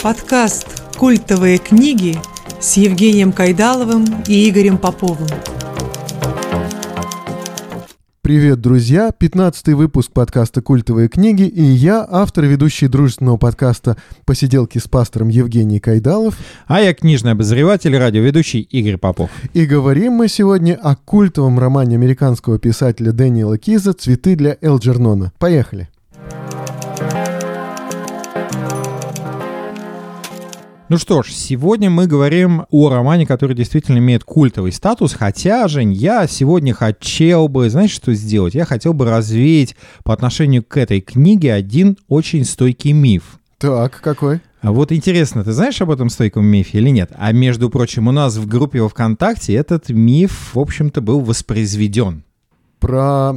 Подкаст «Культовые книги» с Евгением Кайдаловым и Игорем Поповым. Привет, друзья! 15-й выпуск подкаста «Культовые книги», и я, автор и ведущий дружественного подкаста «Посиделки с пастором» Евгений Кайдалов. А я книжный обозреватель и радиоведущий Игорь Попов. И говорим мы сегодня о культовом романе американского писателя Дэниела Киза «Цветы для Элджернона». Поехали! Ну что ж, сегодня мы говорим о романе, который действительно имеет культовый статус, хотя, Жень, я сегодня хотел бы, знаешь, что сделать? Я хотел бы развеять по отношению к этой книге один очень стойкий миф. Так, какой? А вот интересно, ты знаешь об этом стойком мифе или нет? А между прочим, у нас в группе во ВКонтакте этот миф, в общем-то, был воспроизведен. Про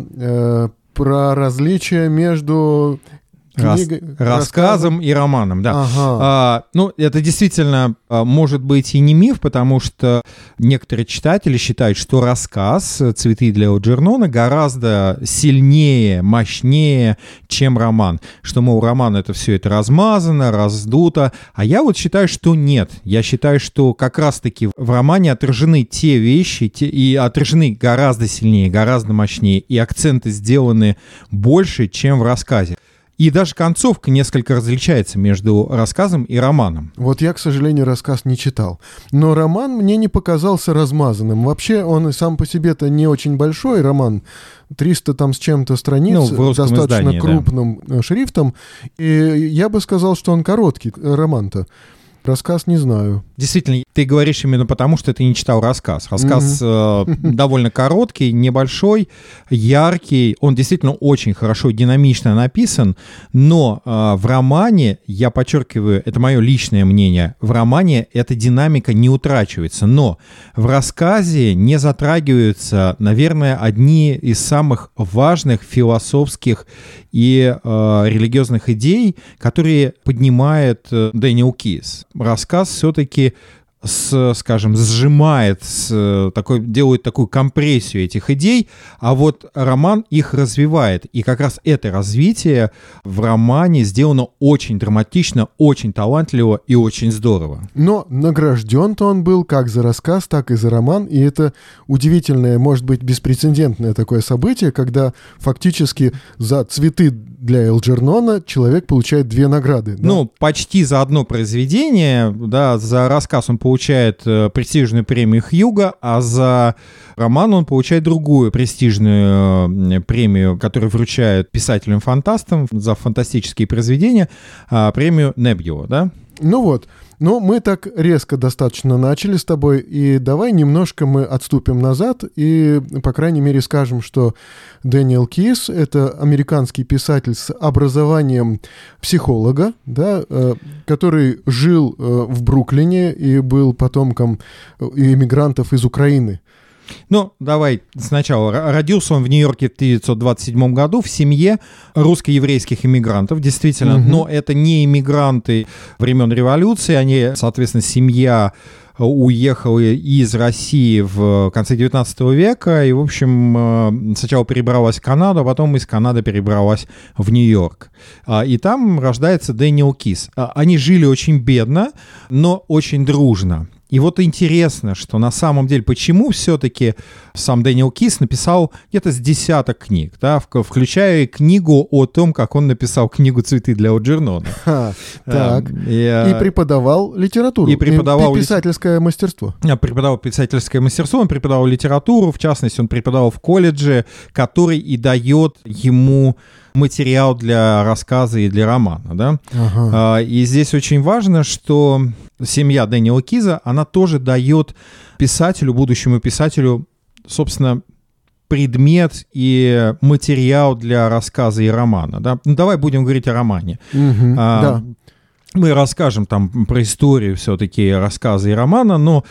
различия между... Рассказом и романом, да. Ага. Это действительно может быть и не миф, потому что некоторые читатели считают, что рассказ «Цветы для Элджернона» гораздо сильнее, мощнее, чем роман. Что, мол, роман это все это размазано, раздуто. А я вот считаю, что нет. Я считаю, что как раз-таки в романе отражены те вещи, и отражены гораздо сильнее, гораздо мощнее, и акценты сделаны больше, чем в рассказе. И даже концовка несколько различается между рассказом и романом. Вот я, к сожалению, рассказ не читал. Но роман мне не показался размазанным. Вообще он и сам по себе-то не очень большой роман. 300 там с чем-то страниц, достаточно издании, крупным шрифтом. И я бы сказал, что он короткий, роман-то. Рассказ не знаю. Действительно, ты говоришь именно потому, что ты не читал рассказ. Рассказ довольно короткий, небольшой, яркий. Он действительно очень хорошо, динамично написан. Но в романе, я подчеркиваю, это мое личное мнение, в романе эта динамика не утрачивается. Но в рассказе не затрагиваются, наверное, одни из самых важных философских и религиозных идей, которые поднимает Дэниел Киз. Рассказ все-таки сжимает, делает такую компрессию этих идей, а вот роман их развивает. И как раз это развитие в романе сделано очень драматично, очень талантливо и очень здорово. Но награжден-то он был как за рассказ, так и за роман, и это удивительное, может быть, беспрецедентное такое событие, когда фактически за «Цветы для Элджернона» человек получает 2 награды. Да? Ну, почти за одно произведение, да, за рассказ он получает престижную премию Хьюго, а за роман он получает другую престижную премию, которую вручают писателям-фантастам за фантастические произведения, премию Небьюла, да? Ну вот, мы так резко достаточно начали с тобой, и давай немножко мы отступим назад и, по крайней мере, скажем, что Дэниел Киз — это американский писатель с образованием психолога, да, который жил в Бруклине и был потомком иммигрантов из Украины. Ну, давай сначала. Родился он в Нью-Йорке в 1927 году в семье русско-еврейских иммигрантов, действительно, но это не иммигранты времен революции, они, соответственно, семья уехала из России в конце 19 века и, в общем, сначала перебралась в Канаду, а потом из Канады перебралась в Нью-Йорк. И там рождается Дэниел Киз. Они жили очень бедно, но очень дружно. И вот интересно, что на самом деле, почему все-таки сам Дэниел Киз написал где-то с десяток книг, да, включая книгу о том, как он написал книгу «Цветы для Элджернона». Так. И преподавал литературу. И преподавал писательское мастерство. Преподавал писательское мастерство, он преподавал литературу, в частности, он преподавал в колледже, который и дает ему материал для рассказа и для романа, да. Ага. И здесь очень важно, что семья Дэниела Киза, она тоже дает писателю, будущему писателю, собственно, предмет и материал для рассказа и романа, да. Ну, давай будем говорить о романе. Да. Мы расскажем там про историю все-таки рассказа и романа, но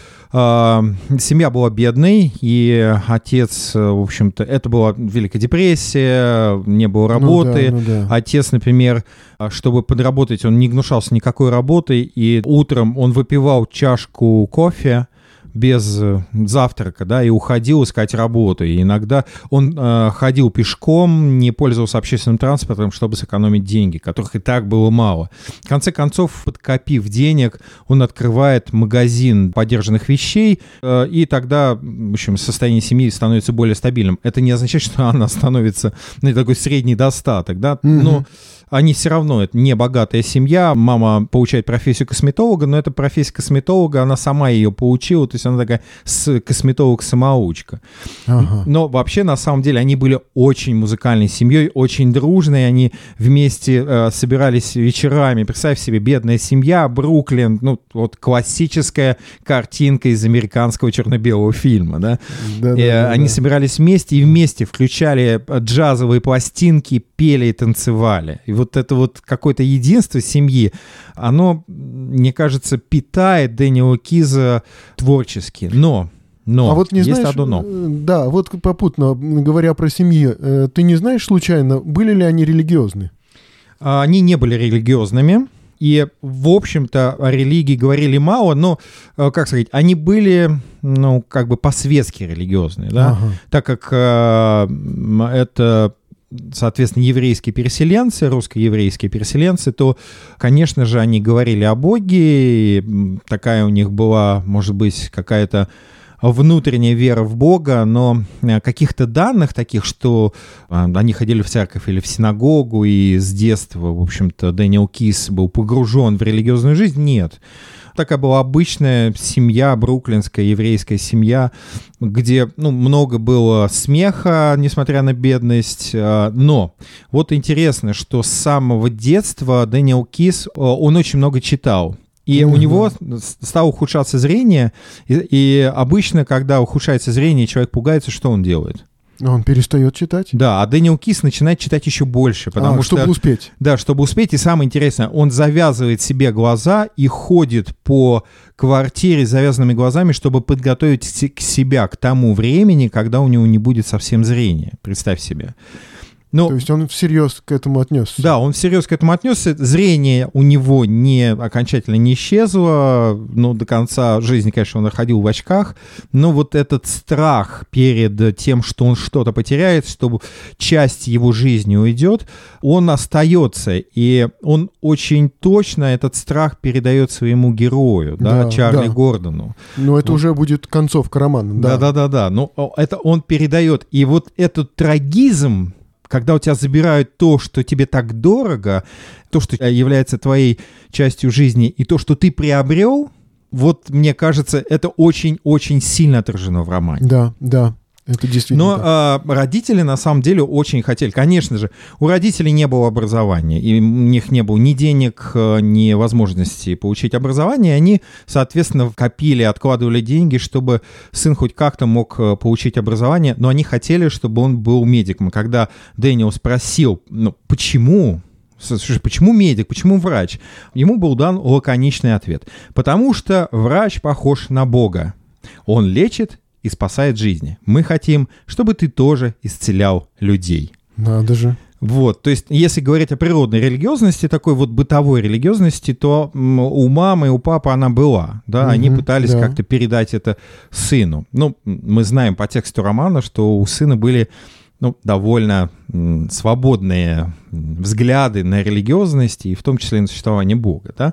семья была бедной, и отец, в общем-то, это была Великая депрессия, не было работы. Да. Отец, например, чтобы подработать, он не гнушался никакой работой, и утром он выпивал чашку кофе без завтрака, да, и уходил искать работу. И иногда он ходил пешком, не пользовался общественным транспортом, чтобы сэкономить деньги, которых и так было мало. В конце концов, подкопив денег, он открывает магазин подержанных вещей, и тогда, в общем, состояние семьи становится более стабильным. Это не означает, что она становится такой средний достаток, да, но они все равно, это не богатая семья, мама получает профессию косметолога, но эта профессия косметолога, она сама ее получила, то есть она такая косметолог-самоучка. Ага. Но вообще, на самом деле, они были очень музыкальной семьей, очень дружной, они вместе собирались вечерами. Представь себе, бедная семья, Бруклин, ну, вот классическая картинка из американского черно-белого фильма, да? Они собирались вместе и вместе включали джазовые пластинки, пели и танцевали. И вот это вот какое-то единство семьи, оно, мне кажется, питает Дэниела Киза творчески. Но а вот не есть знаешь, одно но. Да, вот попутно, говоря про семью, ты не знаешь случайно, были ли они религиозны? Они не были религиозными. И, в общем-то, о религии говорили мало, но, как сказать, они были, ну, как бы по-светски религиозные, да, так как это, соответственно, еврейские переселенцы, русско-еврейские переселенцы, то, конечно же, они говорили о Боге, и такая у них была, может быть, какая-то внутренняя вера в Бога, но каких-то данных таких, что они ходили в церковь или в синагогу, и с детства, в общем-то, Дэниел Киз был погружен в религиозную жизнь, нет. Такая была обычная семья, бруклинская еврейская семья, где, ну, много было смеха, несмотря на бедность. Но вот интересно, что с самого детства Дэниел Киз, он очень много читал. И у него стало ухудшаться зрение, и обычно, когда ухудшается зрение, человек пугается, что он делает? Он перестает читать? Да, а Дэниел Киз начинает читать еще больше, потому что... чтобы успеть. Да, чтобы успеть, и самое интересное, он завязывает себе глаза и ходит по квартире с завязанными глазами, чтобы подготовить себя к тому времени, когда у него не будет совсем зрения. Представь себе. То есть он всерьез к этому отнесся? Да, он всерьез к этому отнесся. Зрение у него окончательно не исчезло. Ну, до конца жизни, конечно, он ходил в очках. Но вот этот страх перед тем, что он что-то потеряет, что часть его жизни уйдет, он остается. И он очень точно этот страх передает своему герою, Чарли Гордону. Но это уже будет концовка романа. Да. Но это он передает. И вот этот трагизм, когда у тебя забирают то, что тебе так дорого, то, что является твоей частью жизни, и то, что ты приобрел, вот, мне кажется, это очень-очень сильно отражено в романе. Да, это действительно. Но родители, на самом деле, очень хотели. Конечно же, у родителей не было образования, и у них не было ни денег, ни возможности получить образование. Они, соответственно, копили, откладывали деньги, чтобы сын хоть как-то мог получить образование, но они хотели, чтобы он был медиком. Когда Дэниел спросил, почему медик, почему врач? Ему был дан лаконичный ответ. Потому что врач похож на Бога. Он лечит и спасает жизни. Мы хотим, чтобы ты тоже исцелял людей. Надо же. Вот, то есть, если говорить о природной религиозности, такой вот бытовой религиозности, то у мамы и у папы она была, да, они пытались как-то передать это сыну. Ну, мы знаем по тексту романа, что у сына были, довольно свободные взгляды на религиозность, и в том числе на существование Бога, да.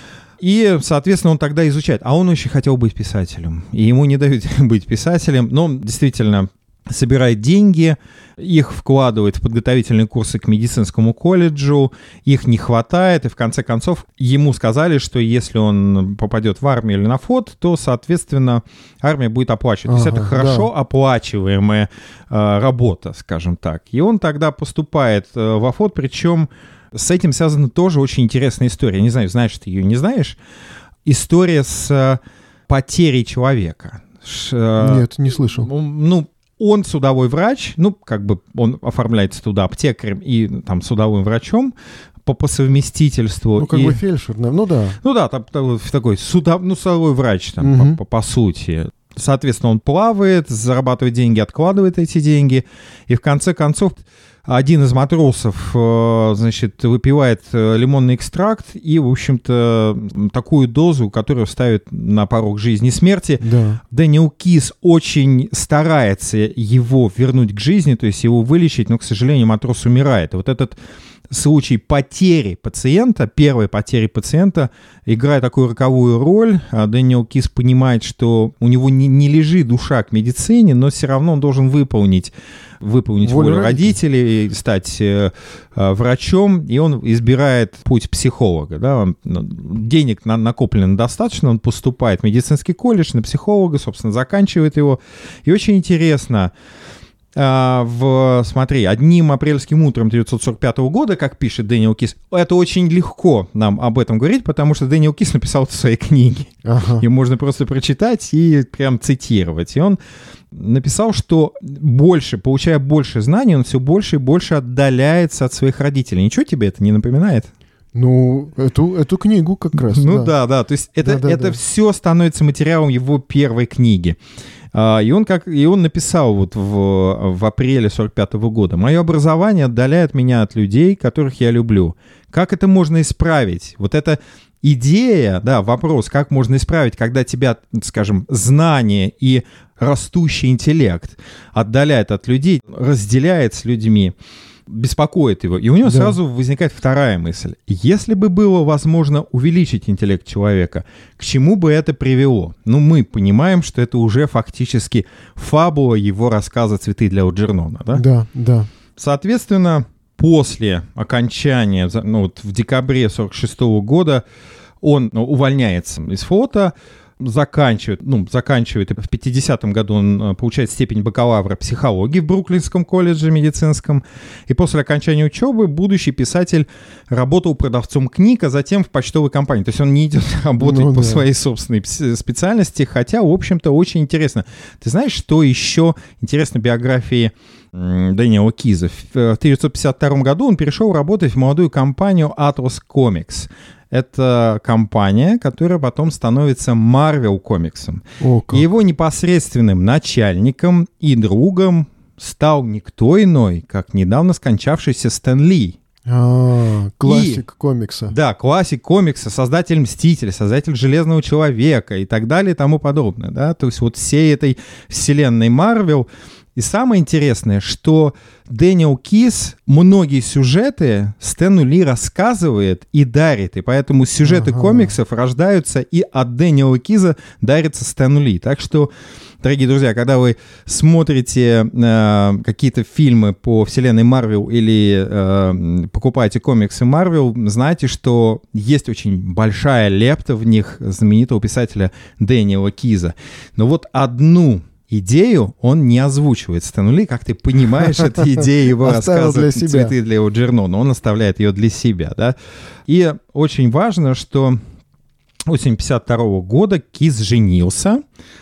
И, соответственно, он тогда изучает. А он очень хотел быть писателем. И ему не дают быть писателем. Но он действительно собирает деньги, их вкладывает в подготовительные курсы к медицинскому колледжу, их не хватает, и в конце концов ему сказали, что если он попадет в армию или на флот, то, соответственно, армия будет оплачивать. То есть это хорошо оплачиваемая работа, скажем так. И он тогда поступает во флот, причем с этим связана тоже очень интересная история. Не знаю, знаешь ты ее, не знаешь. История с потерей человека. Нет, не слышал. Он судовой врач, он оформляется туда аптекарем и там судовым врачом по совместительству. Как бы фельдшер, да. Такой судовой врач, по сути. Соответственно, он плавает, зарабатывает деньги, откладывает эти деньги, и в конце концов один из матросов, значит, выпивает лимонный экстракт и, в общем-то, такую дозу, которую ставит на порог жизни и смерти. Да. Дэниел Кис очень старается его вернуть к жизни, то есть его вылечить, но, к сожалению, матрос умирает. И вот этот случай потери пациента, первой потери пациента, играет такую роковую роль. Дэниел Кис понимает, что у него не лежит душа к медицине, но все равно он должен выполнить волю родителей, стать врачом, и он избирает путь психолога. Да? Денег накоплено достаточно, он поступает в медицинский колледж на психолога, собственно, заканчивает его. И очень интересно, смотри, одним апрельским утром 1945 года, как пишет Дэниел Кис, это очень легко нам об этом говорить, потому что Дэниел Кис написал это в своей книге. Ага. Ее можно просто прочитать и прям цитировать. И он написал, что получая больше знаний, он все больше и больше отдаляется от своих родителей. Ничего тебе это не напоминает? Ну, эту книгу как раз. Ну да. То есть это все становится материалом его первой книги. И он написал вот в апреле 1945 года: «Мое образование отдаляет меня от людей, которых я люблю. Как это можно исправить?» Вот эта идея, да, вопрос, как можно исправить, когда тебя, скажем, знание и растущий интеллект отдаляет от людей, разделяет с людьми, беспокоит его. И у него сразу возникает вторая мысль. Если бы было возможно увеличить интеллект человека, к чему бы это привело? Ну, мы понимаем, что это уже фактически фабула его рассказа «Цветы для Элджернона». Да? Да. Соответственно, после окончания, в декабре 1946 года он увольняется из флота, заканчивает, в 50-м году он получает степень бакалавра психологии в Бруклинском колледже медицинском, и после окончания учебы будущий писатель работал продавцом книг, а затем в почтовой компании. То есть он не идет работать по своей собственной специальности, хотя, в общем-то, очень интересно. Ты знаешь, что еще интересно в биографии Дэниела Киза? В 1952 году он перешел работать в молодую компанию Atlas Comics. Это компания, которая потом становится Marvel Comics'ом. И его непосредственным начальником и другом стал никто иной, как недавно скончавшийся Стэн Ли. Классик комикса. Да, классик комикса, создатель «Мстителя», создатель «Железного человека» и так далее и тому подобное. Да? То есть вот всей этой вселенной Marvel. И самое интересное, что Дэниел Кис многие сюжеты Стэну Ли рассказывает и дарит, и поэтому сюжеты комиксов рождаются и от Дэниела Киза дарятся Стэну Ли. Так что, дорогие друзья, когда вы смотрите какие-то фильмы по вселенной Марвел или покупаете комиксы Марвел, знайте, что есть очень большая лепта в них знаменитого писателя Дэниела Киза. Но вот одну идею он не озвучивает Стэну Ли, как ты понимаешь, это идея его рассказа «Цветы для Элджернона», он оставляет ее для себя, да. И очень важно, что осенью 1952 года Кис женился,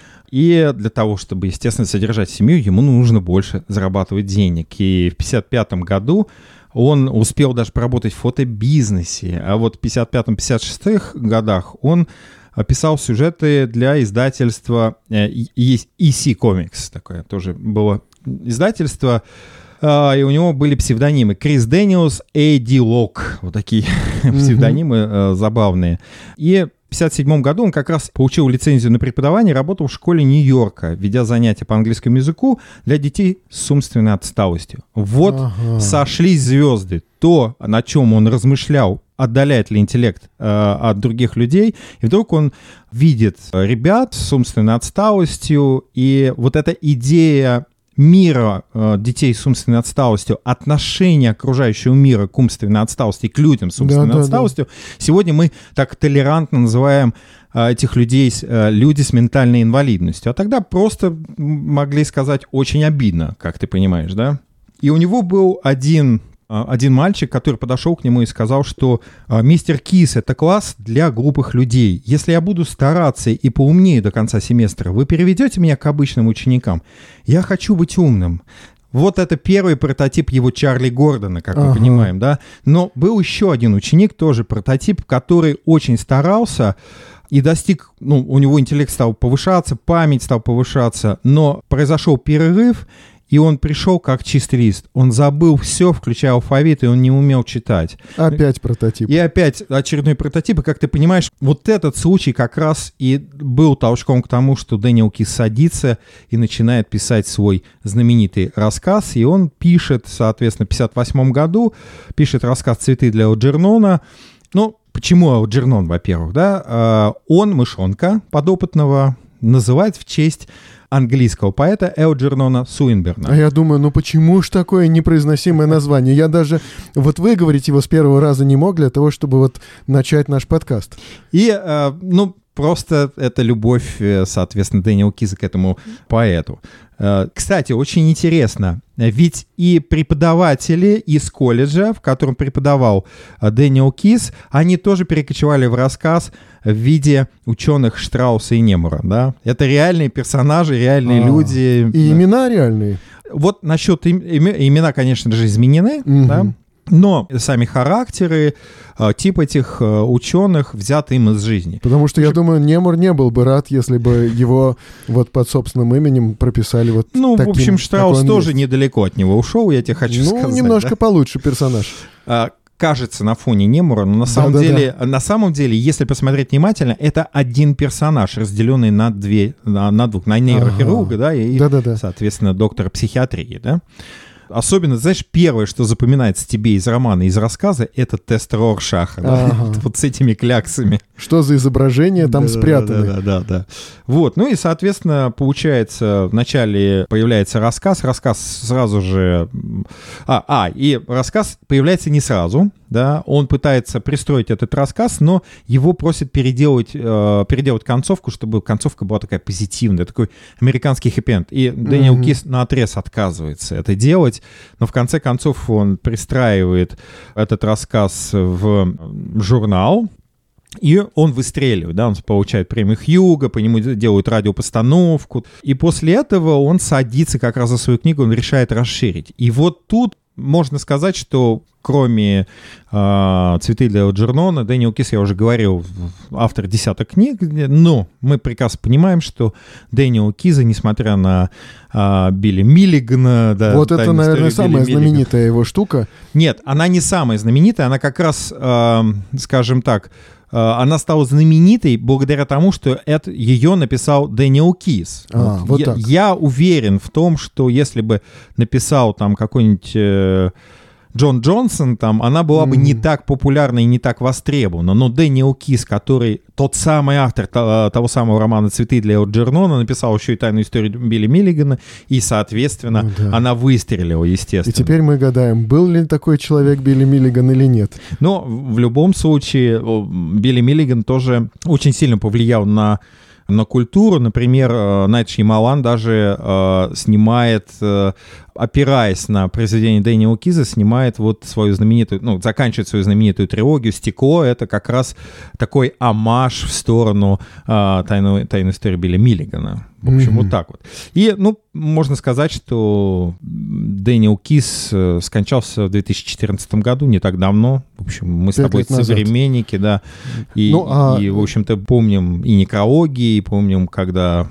и для того, чтобы, естественно, содержать семью, ему нужно больше зарабатывать денег. И в 1955 году он успел даже поработать в фотобизнесе, а вот в 1955-1956 годах он писал сюжеты для издательства EC Comics, такое тоже было издательство, и у него были псевдонимы Крис Дэниелс, Эдди Лок, вот такие псевдонимы забавные. И в 1957 году он как раз получил лицензию на преподавание, работал в школе Нью-Йорка, ведя занятия по английскому языку для детей с умственной отсталостью. Вот сошлись звезды. То, на чем он размышлял, отдаляет ли интеллект от других людей, и вдруг он видит ребят с умственной отсталостью, и вот эта идея мира детей с умственной отсталостью, отношения окружающего мира к умственной отсталости, к людям с умственной отсталостью, сегодня мы так толерантно называем этих людей люди с ментальной инвалидностью. А тогда просто могли сказать очень обидно, как ты понимаешь, да? И у него был один мальчик, который подошел к нему и сказал, что «Мистер Кис, это класс для глупых людей. Если я буду стараться и поумнее до конца семестра, вы переведете меня к обычным ученикам? Я хочу быть умным». Вот это первый прототип его Чарли Гордона, как мы понимаем, да? Но был еще один ученик, тоже прототип, который очень старался и достиг, у него интеллект стал повышаться, память стала повышаться, но произошел перерыв, и он пришел как чистый лист. Он забыл все, включая алфавит, и он не умел читать. Опять прототип. И опять очередной прототип. И, как ты понимаешь, вот этот случай как раз и был толчком к тому, что Дэниел Кис садится и начинает писать свой знаменитый рассказ. И он пишет, соответственно, в 1958 году, пишет рассказ «Цветы для Элджернона». Ну, почему Элджернон, во-первых, да? Он мышонка подопытного называет в честь английского поэта Элджернона Суинберна. А я думаю, ну почему ж такое непроизносимое название? Я даже вот выговорить его с первого раза не мог для того, чтобы вот начать наш подкаст. И, ну, просто это любовь, соответственно, Дэниела Киза к этому поэту. Кстати, очень интересно, ведь и преподаватели из колледжа, в котором преподавал Дэниел Кис, они тоже перекочевали в рассказ в виде ученых Штрауса и Немура, да? Это реальные персонажи, реальные люди. И имена реальные. Вот насчет имена, конечно же, изменены, да? Но сами характеры, тип этих ученых взяты им из жизни. Потому что, я думаю, Немур не был бы рад, если бы его вот под собственным именем прописали вот ну, таким, в общем, Штраус тоже есть. Недалеко от него ушел, я тебе хочу сказать. Ну, немножко да? получше персонаж. Кажется на фоне Немура, но на самом деле, если посмотреть внимательно, это один персонаж, разделенный на двух, на нейрохирурга, да, и, соответственно, доктора психиатрии, да. Особенно, знаешь, первое, что запоминается тебе из романа, из рассказа, это тест Роршаха. Да? Вот с этими кляксами. Что за изображения там спрятаны. Да. Вот, ну и, соответственно, получается, вначале появляется рассказ сразу же... И рассказ появляется не сразу, да, он пытается пристроить этот рассказ, но его просят переделать концовку, чтобы концовка была такая позитивная, такой американский хэппи-энд. И Дэниел Кис наотрез отказывается это делать, но в конце концов он пристраивает этот рассказ в журнал, и он выстреливает, да, он получает премию Хьюго, по нему делают радиопостановку, и после этого он садится как раз за свою книгу, он решает расширить. И вот тут можно сказать, что кроме «Цветы для Элджернона», Дэниел Кис, я уже говорил, автор десяток книг, но мы прекрасно понимаем, что Дэниел Киза, несмотря на Билли Миллигана... Да, вот это, наверное, самая знаменитая его штука. Нет, она не самая знаменитая, она как раз, скажем так, она стала знаменитой благодаря тому, что ее написал Дэниел Кис. Я уверен в том, что если бы написал там какой-нибудь Джон Джонсон, там, она была бы не так популярна и не так востребована. Но Дэниел Кис, который тот самый автор того самого романа «Цветы для Элджернона», написал еще и «Тайную историю Билли Миллигана», и, соответственно, она выстрелила, естественно. И теперь мы гадаем, был ли такой человек Билли Миллиган или нет. Но в любом случае Билли Миллиган тоже очень сильно повлиял на культуру. Например, Найт Шьямалан даже снимает, опираясь на произведение Дэниела Киза, снимает вот свою знаменитую, заканчивает свою знаменитую трилогию «Стекло». Это как раз такой оммаж в сторону тайной истории Билли Миллигана. В общем, вот так вот. И, можно сказать, что Дэниел Кис скончался в 2014 году, не так давно. В общем, мы с тобой современники, да. И, в общем-то, помним и некрологи, и помним, когда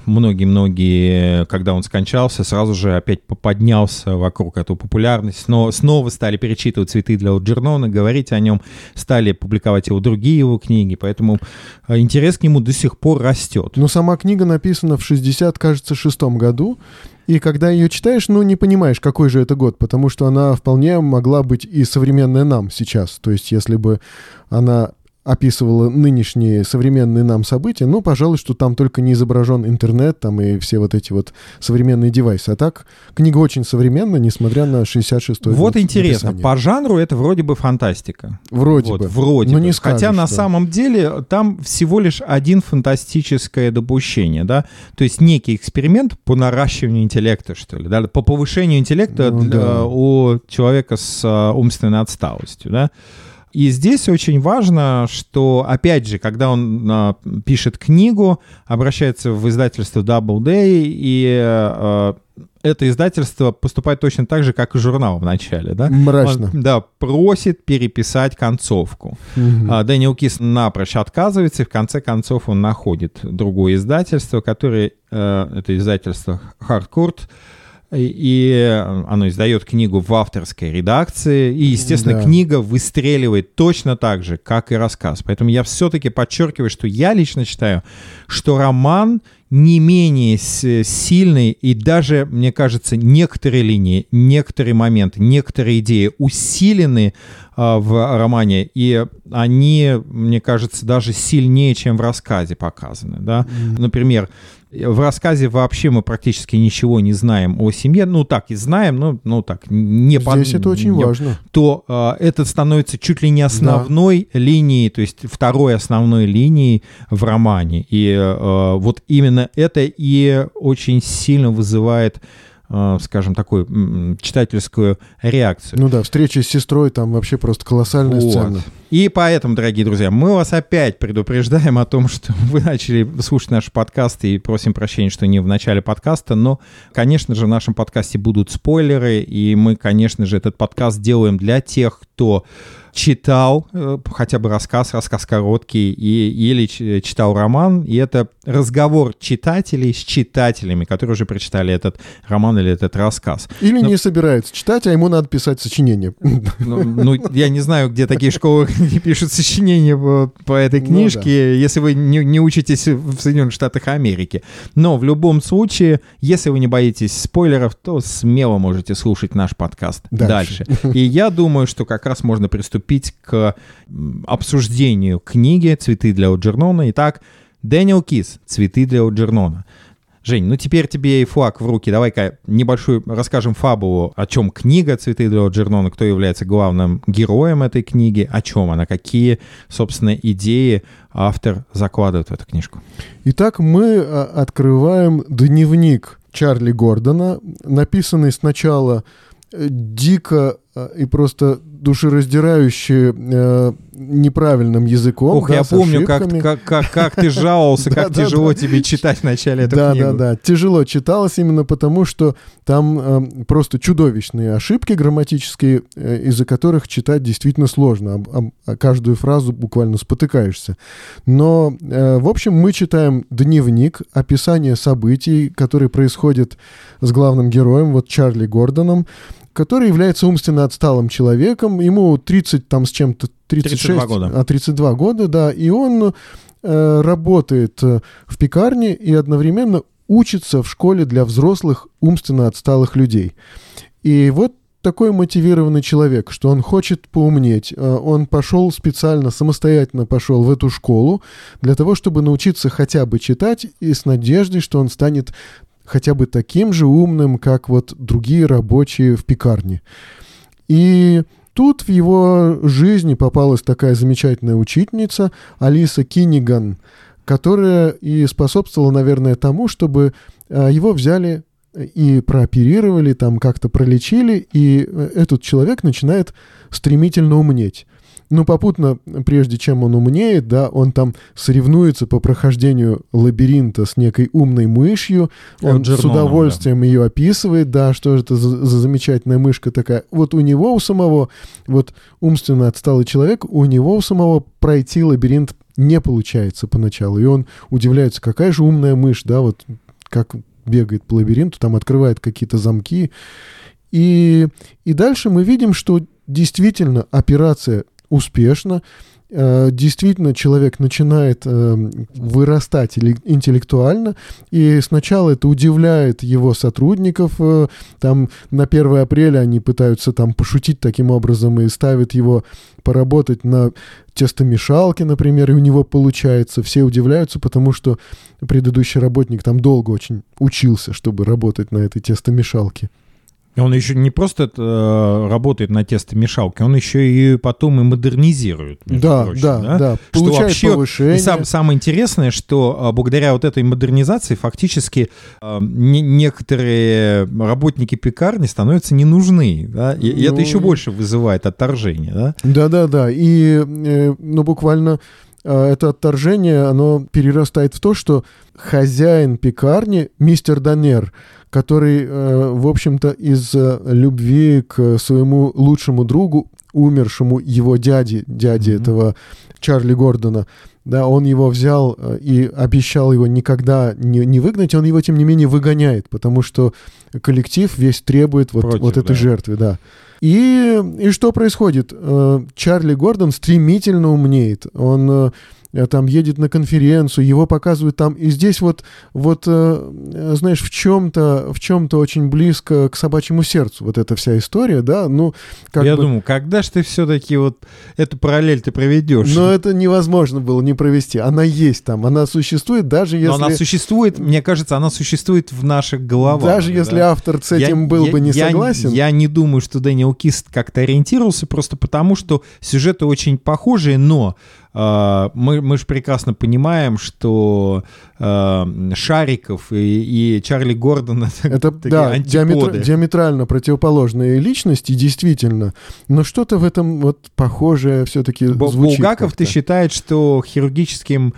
когда он скончался, сразу же опять поднялся вокруг эту популярность. Но снова стали перечитывать «Цветы для Элджернона», говорить о нем, стали публиковать другие его книги, поэтому интерес к нему до сих пор растет. Но сама книга написана в 66-м году, и когда ее читаешь, не понимаешь, какой же это год, потому что она вполне могла быть и современная нам сейчас. То есть, если бы она описывала нынешние современные нам события, пожалуй, что там только не изображен интернет там и все вот эти вот современные девайсы. А так, книга очень современная, несмотря на 66-й год. Вот интересно, написания. По жанру это вроде бы фантастика. Вроде бы. Не скажешь, хотя на самом деле там всего лишь один фантастическое допущение, да, то есть некий эксперимент по наращиванию интеллекта, что ли, да, по повышению интеллекта у человека с умственной отсталостью, да. И здесь очень важно, что, опять же, когда он пишет книгу, обращается в издательство Doubleday, и это издательство поступает точно так же, как и журнал в начале. Да? Мрачно. Он, просит переписать концовку. Дэниел Кис напрочь отказывается, и в конце концов он находит другое издательство, которое, это издательство Harcourt, и оно издает книгу в авторской редакции, и, естественно, книга выстреливает точно так же, как и рассказ. Поэтому я все-таки подчеркиваю, что я лично считаю, что роман не менее сильный, и даже, мне кажется, некоторые линии, некоторые моменты, некоторые идеи усилены в романе, и они, мне кажется, даже сильнее, чем в рассказе показаны. Да? Например, в рассказе вообще мы практически ничего не знаем о семье. Ну, так и знаем, но так не... Здесь это очень важно. То это становится чуть ли не основной линией, то есть второй основной линией в романе. И вот именно это и очень сильно вызывает, скажем, такую читательскую реакцию. Ну да, встреча с сестрой, там вообще просто колоссальная сцена. И поэтому, дорогие друзья, мы вас опять предупреждаем о том, что вы начали слушать наш подкаст, и просим прощения, что не в начале подкаста, но, конечно же, в нашем подкасте будут спойлеры, и мы, конечно же, этот подкаст делаем для тех, кто читал хотя бы рассказ короткий, или читал роман, и это разговор читателей с читателями, которые уже прочитали этот роман или этот рассказ. Или не собирается читать, а ему надо писать сочинение. Ну, я не знаю, где такие школы, где пишут сочинения по этой книжке, если вы не учитесь в Соединенных Штатах Америки. Но в любом случае, если вы не боитесь спойлеров, то смело можете слушать наш подкаст дальше. И я думаю, что как раз можно приступить к обсуждению книги «Цветы для Элджернона». Итак, Дэниел Кис «Цветы для Элджернона». Жень, ну теперь тебе и флаг в руки. Давай-ка небольшую расскажем фабулу, о чем книга «Цветы для Элджернона», кто является главным героем этой книги, о чем она, какие, собственно, идеи автор закладывает в эту книжку. Итак, мы открываем дневник Чарли Гордона, написанный сначала дико и просто душераздирающе неправильным языком. Ох, я помню, как ты жаловался, как тяжело тебе читать в начале эту книгу. Да, тяжело читалось именно потому, что там просто чудовищные ошибки грамматические, из-за которых читать действительно сложно. Каждую фразу буквально спотыкаешься. Но, в общем, мы читаем дневник, описание событий, которые происходят с главным героем, вот Чарли Гордоном, который является умственно отсталым человеком, ему 30 там с чем-то, 32 года, да, и он работает в пекарне и одновременно учится в школе для взрослых умственно отсталых людей. И вот такой мотивированный человек, что он хочет поумнеть. Он пошел специально, самостоятельно пошел в эту школу для того, чтобы научиться хотя бы читать, и с надеждой, что он станет хотя бы таким же умным, как вот другие рабочие в пекарне. И тут в его жизни попалась такая замечательная учительница Алиса Кинниган, которая и способствовала, наверное, тому, чтобы его взяли и прооперировали, там как-то пролечили, и этот человек начинает стремительно умнеть. Ну, попутно, прежде чем он умнеет, да, он там соревнуется по прохождению лабиринта с некой умной мышью, он с удовольствием ее описывает, да, что это за замечательная мышка такая. Вот у него у самого, вот умственно отсталый человек, у него у самого пройти лабиринт не получается поначалу, и он удивляется, какая же умная мышь, да, вот как бегает по лабиринту, там открывает какие-то замки. И дальше мы видим, что действительно операция успешно, действительно человек начинает вырастать интеллектуально, и сначала это удивляет его сотрудников, там на 1 апреля они пытаются там пошутить таким образом и ставят его поработать на тестомешалке, например, и у него получается, все удивляются, потому что предыдущий работник там долго очень учился, чтобы работать на этой тестомешалке. Он еще не просто работает на тестомешалке, он еще и потом и модернизирует. Да. Получает повышение. И самое интересное, что благодаря вот этой модернизации фактически некоторые работники пекарни становятся не нужны. Да? И это еще больше вызывает отторжение. Да? Да. И буквально это отторжение, оно перерастает в то, что хозяин пекарни, мистер Данер, который, в общем-то, из любви к своему лучшему другу, умершему его дяде этого Чарли Гордона, да, он его взял и обещал его никогда не выгнать, он его, тем не менее, выгоняет, потому что коллектив весь требует вот этой жертвы, да. И что происходит? Чарли Гордон стремительно умнеет, он там едет на конференцию, его показывают там, и здесь знаешь, в чем-то очень близко к собачьему сердцу вот эта вся история, да, ну, Я думаю, когда же ты все-таки вот эту параллель ты проведешь? Но это невозможно было не провести, она есть там, она существует, даже если... Но она существует, мне кажется, она существует в наших головах. Даже если автор с этим был бы не согласен. Я не думаю, что Дэниел Кис как-то ориентировался, просто потому, что сюжеты очень похожие, но мы же прекрасно понимаем, что Шариков и Чарли Гордон — это да, диаметрально противоположные личности, действительно. Но что-то в этом вот похожее все-таки звучит. Булгаков, ты считаешь, что хирургическим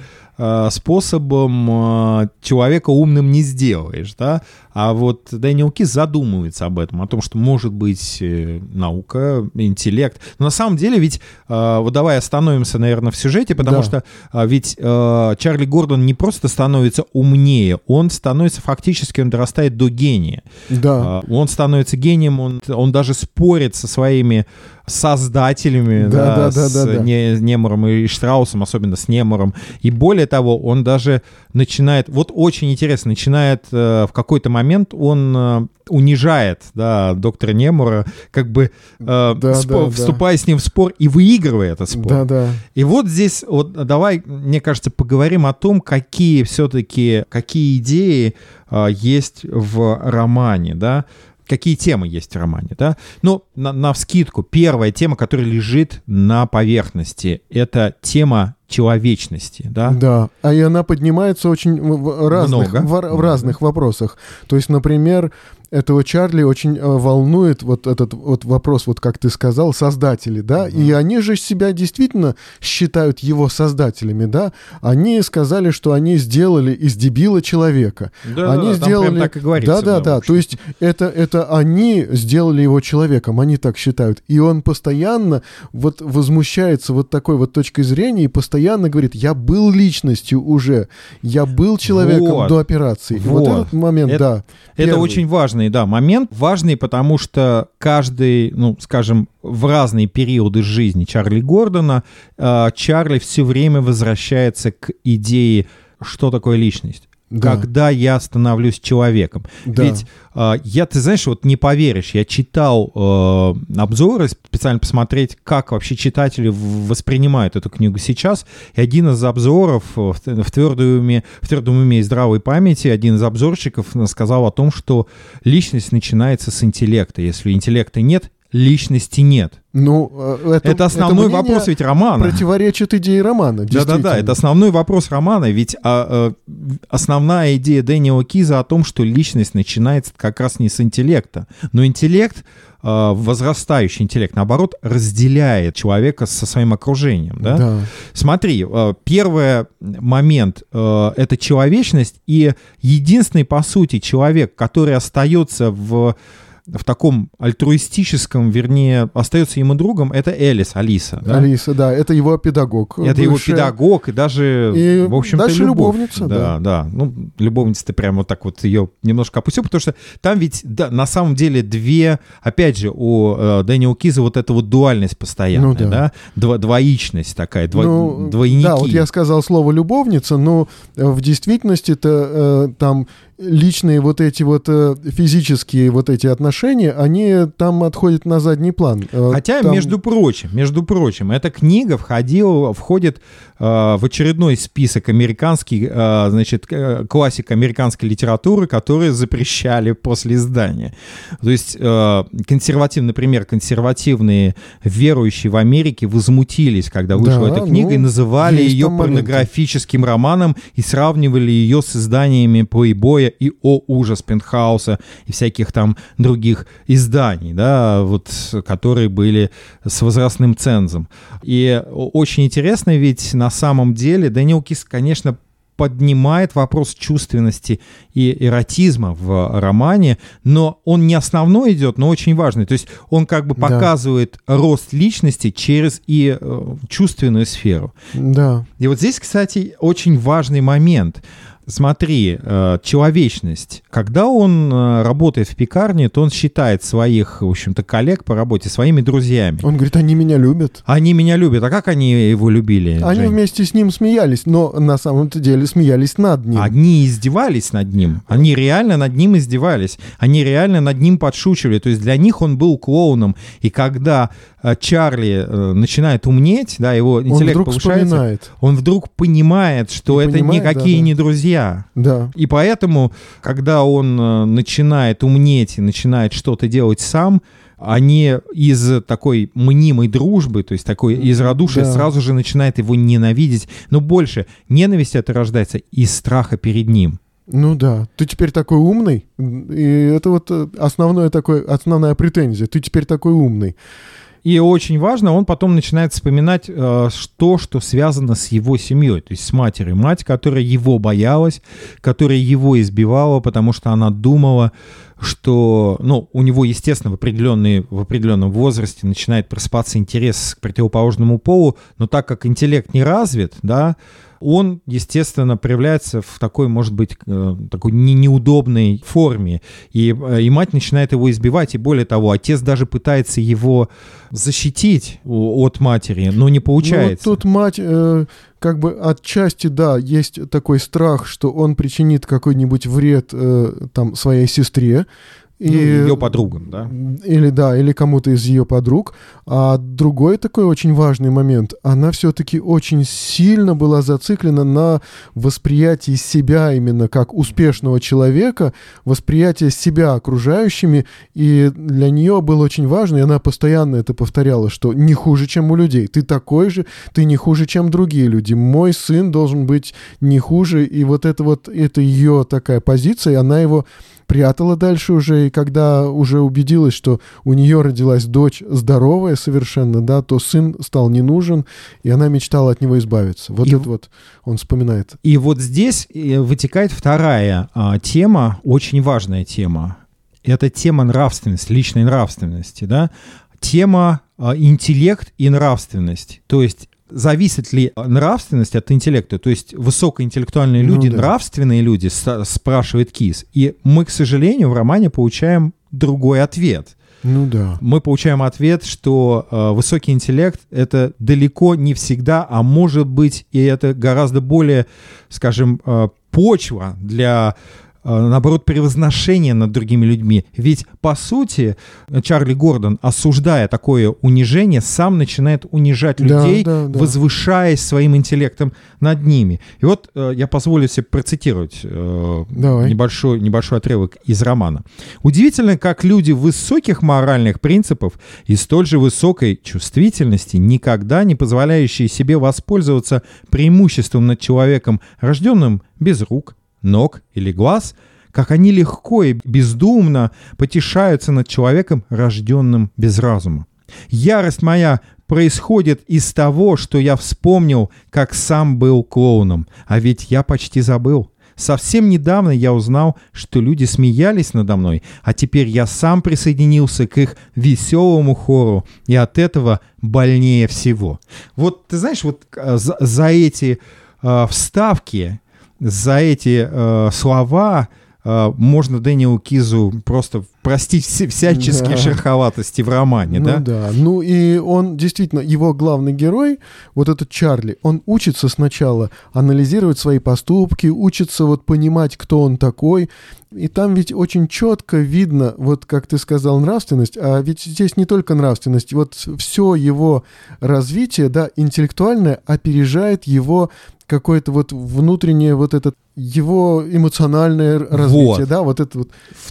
способом человека умным не сделаешь, да? А вот Дэниел Кис задумывается об этом, о том, что может быть наука, интеллект. Но на самом деле ведь, вот давай остановимся, наверное, в сюжете, потому что ведь Чарли Гордон не просто становится умнее, он становится фактически, он дорастает до гения. Да. Он становится гением, он даже спорит со своими создателями, с Немором и Штраусом, особенно с Немором. И более того, он даже начинает, вот очень интересно, начинает в какой-то момент он унижает, доктора Немора, как бы вступая с ним в спор и выигрывая этот спор. И вот здесь, вот давай, мне кажется, поговорим о том, какие идеи есть в романе, да? Какие темы есть в романе, да? Ну, навскидку, первая тема, которая лежит на поверхности, это тема человечности, да? Да, и она поднимается очень в разных вопросах. То есть, например, этого Чарли очень волнует вот этот вот вопрос, вот как ты сказал, создатели, да, и они же себя действительно считают его создателями, да, они сказали, что они сделали из дебила человека. Они сделали... прям так и говорится. Да, то есть это они сделали его человеком, они так считают, и он постоянно вот возмущается вот такой вот точкой зрения и постоянно говорит, я был личностью уже, я был человеком до операции. Вот этот момент, это очень важный, момент. Важный, потому что каждый, скажем, в разные периоды жизни Чарли Гордона, Чарли все время возвращается к идее, что такое личность. Когда я становлюсь человеком. Ведь ты знаешь, вот не поверишь, я читал обзоры, специально посмотреть, как вообще читатели воспринимают эту книгу сейчас. И один из обзоров в твердом уме и здравой памяти, один из обзорщиков сказал о том, что личность начинается с интеллекта. Если интеллекта нет, личности нет. Это основной вопрос ведь романа. Противоречит идее романа. Да, это основной вопрос романа. Ведь основная идея Дэниела Киза о том, что личность начинается как раз не с интеллекта. Но интеллект, возрастающий интеллект, наоборот, разделяет человека со своим окружением. Да? Смотри, первый момент — это человечность. И единственный, по сути, человек, который остается в таком альтруистическом, вернее, остается ему другом, это Алиса. Да? Алиса, да, это его педагог. Это его педагог и даже, в общем-то, дальше любовница. Да. Любовница, ты прямо вот так вот ее немножко опустил, потому что там ведь, на самом деле, опять же, у Дэниела Киза вот эта вот дуальность постоянная, двоичность такая, двойники. Да, вот я сказал слово «любовница», но в действительности-то там личные вот эти вот физические вот эти отношения, они там отходят на задний план. Хотя, между прочим, эта книга входит в очередной список классик американской литературы, которые запрещали после издания. То есть консервативные верующие в Америке возмутились, когда вышла эта книга, и называли ее порнографическим романом и сравнивали ее с изданиями Playboy и «О ужас» Пентхауса и всяких там других изданий, которые были с возрастным цензом. И очень интересно, ведь на самом деле Дэниел Кис, конечно, поднимает вопрос чувственности и эротизма в романе, но он не основной идет, но очень важный. То есть он как бы показывает рост личности через и чувственную сферу. Да. И вот здесь, кстати, очень важный момент. Смотри, человечность. Когда он работает в пекарне, то он считает своих, в общем-то, коллег по работе своими друзьями. Он говорит, они меня любят. Они меня любят. А как они его любили? Они Жень? вместе с ним смеялись, но на самом-то деле смеялись над ним. Они издевались над ним. Они реально над ним издевались. Они реально над ним подшучивали. То есть для них он был клоуном. И когда Чарли начинает умнеть, да, его интеллект повышается, он вдруг понимает, что это никакие не друзья. Да. И поэтому, когда он начинает умнеть и начинает что-то делать сам, они из такой мнимой дружбы, то есть такой из радушия, сразу же начинают его ненавидеть. Но больше ненависть это рождается из страха перед ним. Ну да, ты теперь такой умный, и это вот основная претензия, ты теперь такой умный. И очень важно, он потом начинает вспоминать что связано с его семьей, то есть с матерью. Мать, которая его боялась, которая его избивала, потому что она думала, что, у него, естественно, в определенном возрасте начинает просыпаться интерес к противоположному полу, но так как интеллект не развит, да, он, естественно, проявляется в такой, может быть, такой неудобной форме. И мать начинает его избивать, и более того, отец даже пытается его защитить от матери, но не получается. Вот тут мать, как бы отчасти, да, есть такой страх, что он причинит какой-нибудь вред там своей сестре. Ее подругам, да? Или кому-то из ее подруг. А другой такой очень важный момент, она все-таки очень сильно была зациклена на восприятии себя именно как успешного человека, восприятие себя окружающими, и для нее было очень важно, и она постоянно это повторяла, что не хуже, чем у людей. Ты такой же, ты не хуже, чем другие люди. Мой сын должен быть не хуже, и это ее такая позиция, и она его прятала дальше уже, и когда уже убедилась, что у нее родилась дочь здоровая совершенно, да, то сын стал не нужен, и она мечтала от него избавиться. Вот он вспоминает. И вот здесь вытекает вторая тема, очень важная тема. Это тема нравственности, личной нравственности, да, тема интеллект и нравственность. То есть зависит ли нравственность от интеллекта? То есть высокоинтеллектуальные люди, нравственные люди, спрашивает Кис. И мы, к сожалению, в романе получаем другой ответ. Ну да. Мы получаем ответ, что высокий интеллект — это далеко не всегда, а может быть, и это гораздо более, скажем, почва для, наоборот, превозношение над другими людьми. Ведь, по сути, Чарли Гордон, осуждая такое унижение, сам начинает унижать людей, возвышаясь своим интеллектом над ними. И вот я позволю себе процитировать небольшой отрывок из романа. «Удивительно, как люди высоких моральных принципов и столь же высокой чувствительности, никогда не позволяющие себе воспользоваться преимуществом над человеком, рожденным без рук, ног или глаз, как они легко и бездумно потешаются над человеком, рожденным без разума. Ярость моя происходит из того, что я вспомнил, как сам был клоуном, а ведь я почти забыл. Совсем недавно я узнал, что люди смеялись надо мной, а теперь я сам присоединился к их веселому хору, и от этого больнее всего». Вот ты знаешь, вот за эти вставки, за эти слова можно Дэниелу Кизу просто простить всяческие шероховатости в романе, да? Да. Ну и он действительно, его главный герой, вот этот Чарли, он учится сначала анализировать свои поступки, учится вот понимать, кто он такой. И там ведь очень четко видно, вот как ты сказал, нравственность, а ведь здесь не только нравственность, вот все его развитие, да, интеллектуальное опережает его какое-то вот внутреннее вот это его эмоциональное развитие, да, вот это вот. В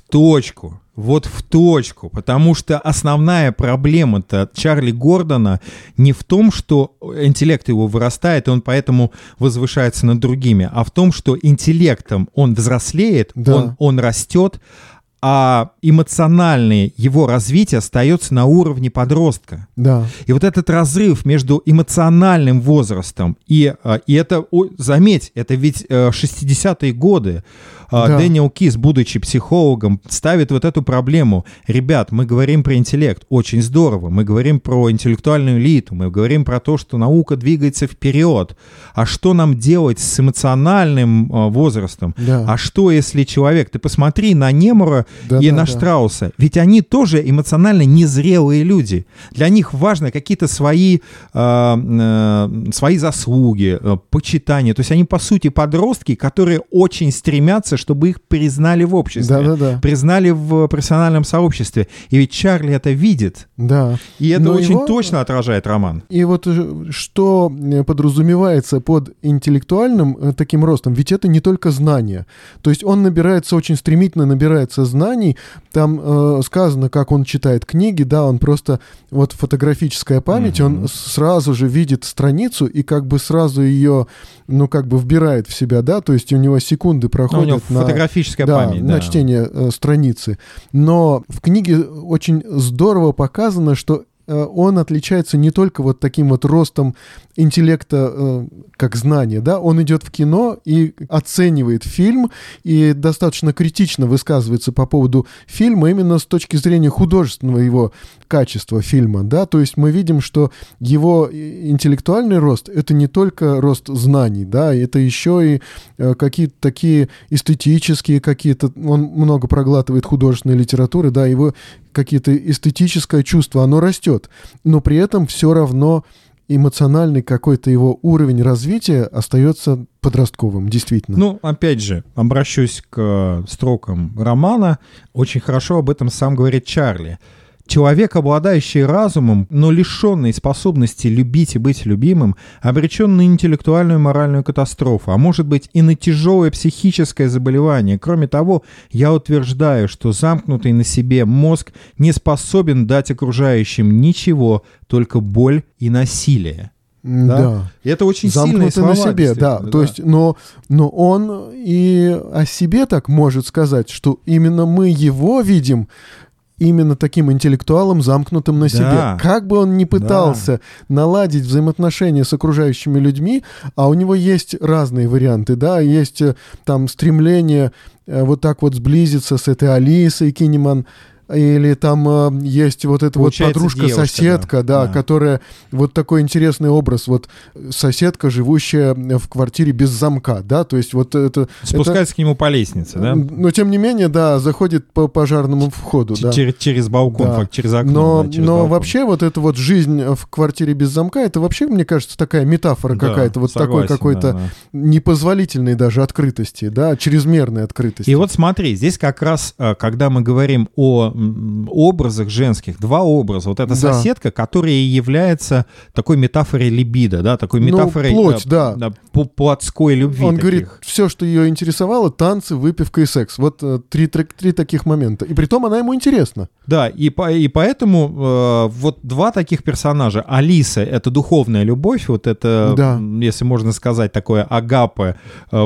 точку, потому что основная проблема-то Чарли Гордона не в том, что интеллект его вырастает, и он поэтому возвышается над другими, а в том, что интеллектом он взрослеет, он растет, а эмоциональное его развитие остается на уровне подростка. Да. И вот этот разрыв между эмоциональным возрастом и это, заметь, это ведь 60-е годы. Да. Дэниел Кис, будучи психологом, ставит вот эту проблему. Ребят, мы говорим про интеллект, очень здорово. Мы говорим про интеллектуальную элиту, мы говорим про то, что наука двигается вперед. А что нам делать с эмоциональным возрастом? Да. А что, если человек... Ты посмотри на Немура и на Штрауса. Ведь они тоже эмоционально незрелые люди. Для них важно какие-то свои заслуги, почитания. То есть они, по сути, подростки, которые очень стремятся, чтобы их признали в обществе, признали в профессиональном сообществе. И ведь Чарли это видит. Да. И это очень точно отражает роман. И вот что подразумевается под интеллектуальным таким ростом, ведь это не только знания. То есть он очень стремительно набирается знаний. Там сказано, как он читает книги, да, он просто, вот фотографическая память, он сразу же видит страницу и как бы сразу ее, вбирает в себя, да, то есть у него секунды проходят фотографическая память, на чтение страницы. Но в книге очень здорово показано, что он отличается не только вот таким вот ростом интеллекта как знания, да, он идет в кино и оценивает фильм и достаточно критично высказывается по поводу фильма именно с точки зрения художественного его качества фильма, да, то есть мы видим, что его интеллектуальный рост — это не только рост знаний, да, это еще и какие-то такие эстетические какие-то, он много проглатывает художественной литературы, да, его какие-то эстетическое чувство, оно растет, но при этом все равно эмоциональный какой-то его уровень развития остается подростковым, действительно. Опять же, обращусь к строкам романа, очень хорошо об этом сам говорит Чарли. Человек, обладающий разумом, но лишенный способности любить и быть любимым, обречен на интеллектуальную и моральную катастрофу, а может быть и на тяжелое психическое заболевание. Кроме того, я утверждаю, что замкнутый на себе мозг не способен дать окружающим ничего, только боль и насилие. Да. И это очень сильные слова. На себе, да. То есть, но он и о себе так может сказать, что именно мы его видим именно таким интеллектуалом, замкнутым на себе. Как бы он ни пытался наладить взаимоотношения с окружающими людьми, а у него есть разные варианты, да, есть там стремление вот так вот сблизиться с этой Алисой Кинниман, или там есть вот эта вот подружка-соседка, да, которая вот такой интересный образ, вот соседка, живущая в квартире без замка, да, то есть вот это... Спускается к нему по лестнице, да? Но тем не менее, да, заходит по пожарному входу, да. Через балкон, да. Через окно. Но вообще вот эта вот жизнь в квартире без замка, это вообще, мне кажется, такая метафора какая-то, вот такой какой-то непозволительной даже открытости, да, чрезмерной открытости. И вот смотри, здесь как раз, когда мы говорим о образах женских, два образа. Вот эта соседка, которая является такой метафорой либидо, да, такой метафорой плоть, плотской любви. Он говорит, все, что ее интересовало, танцы, выпивка и секс. Вот три таких момента. И притом она ему интересна. Да, и поэтому вот два таких персонажа. Алиса — это духовная любовь, вот это, если можно сказать, такое агапе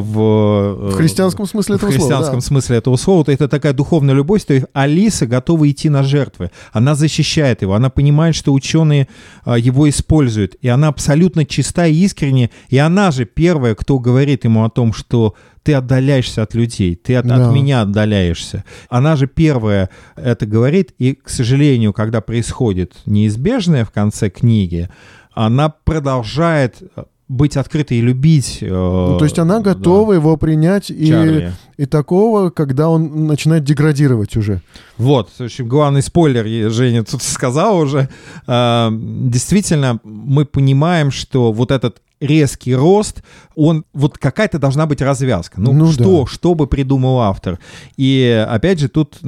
в христианском смысле этого слова. В христианском смысле этого слова. То это такая духовная любовь, то есть Алиса готова идти на жертвы. Она защищает его, она понимает, что ученые его используют, и она абсолютно чиста и искренне, и она же первая, кто говорит ему о том, что ты отдаляешься от людей, ты от меня отдаляешься. Она же первая это говорит, и, к сожалению, когда происходит неизбежное в конце книги, она продолжает быть открытой и любить. То есть она готова его принять и такого, когда он начинает деградировать уже. Вот, в общем, главный спойлер, Женя тут сказал уже. Действительно, мы понимаем, что вот этот резкий рост, он, вот какая-то должна быть развязка. Что бы придумал автор? И опять же, тут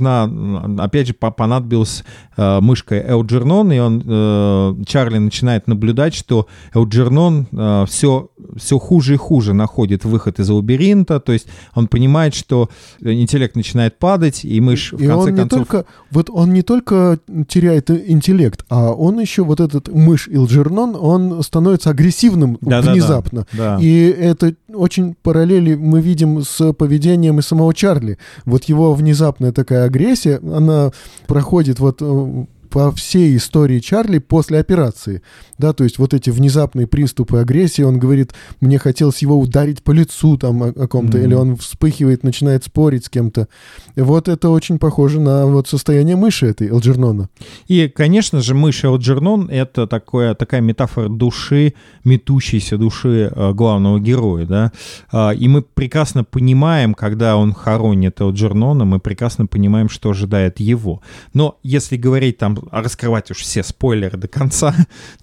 понадобилась мышка Элджернон, и Чарли начинает наблюдать, что Элджернон все хуже и хуже находит выход из лабиринта, то есть он понимает, что интеллект начинает падать, и мышь в конце концов... Он не только теряет интеллект, а он еще, вот этот мышь Элджернон, он становится агрессивным агрессивным внезапно. Да. И это очень параллели мы видим с поведением и самого Чарли. Вот его внезапная такая агрессия, она проходит вот по всей истории Чарли после операции, да, то есть вот эти внезапные приступы агрессии, он говорит, мне хотелось его ударить по лицу там о ком-то, или он вспыхивает, начинает спорить с кем-то. Вот это очень похоже на вот состояние мыши этой Элджернона. И, конечно же, мышь Элджернон — это такая метафора души, метущейся души главного героя, да, и мы прекрасно понимаем, когда он хоронит Элджернона, мы прекрасно понимаем, что ожидает его. Но если говорить там, раскрывать уж все спойлеры до конца,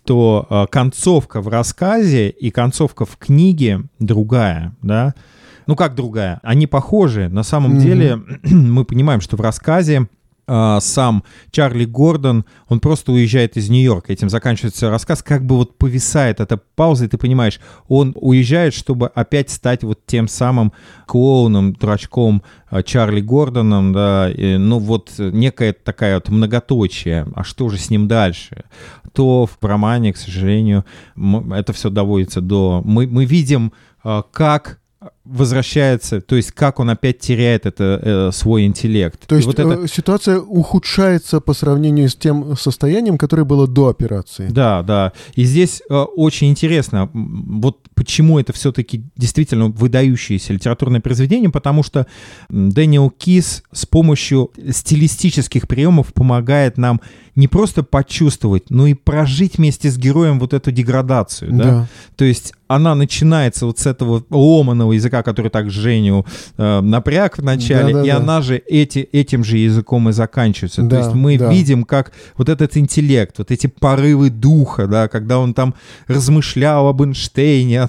то концовка в рассказе и концовка в книге другая, да. Ну, как другая? Они похожи. На самом деле мы понимаем, что в рассказе сам Чарли Гордон, он просто уезжает из Нью-Йорка. Этим заканчивается рассказ, как бы вот повисает эта пауза, и ты понимаешь, он уезжает, чтобы опять стать вот тем самым клоуном, дурачком Чарли Гордоном, да, и, ну вот некая такая вот многоточие, а что же с ним дальше? То в романе, к сожалению, это все доводится до... Мы видим, как возвращается, то есть как он опять теряет свой интеллект. То есть вот ситуация ухудшается по сравнению с тем состоянием, которое было до операции. Да, да. И здесь очень интересно, вот почему это все-таки действительно выдающееся литературное произведение, потому что Дэниел Кис с помощью стилистических приемов помогает нам не просто почувствовать, но и прожить вместе с героем вот эту деградацию. Да? То есть она начинается вот с этого ломаного языка, который так Женю напряг в начале, она же этим же языком и заканчивается. То есть мы видим, как вот этот интеллект, вот эти порывы духа, да, когда он там размышлял об Эйнштейне,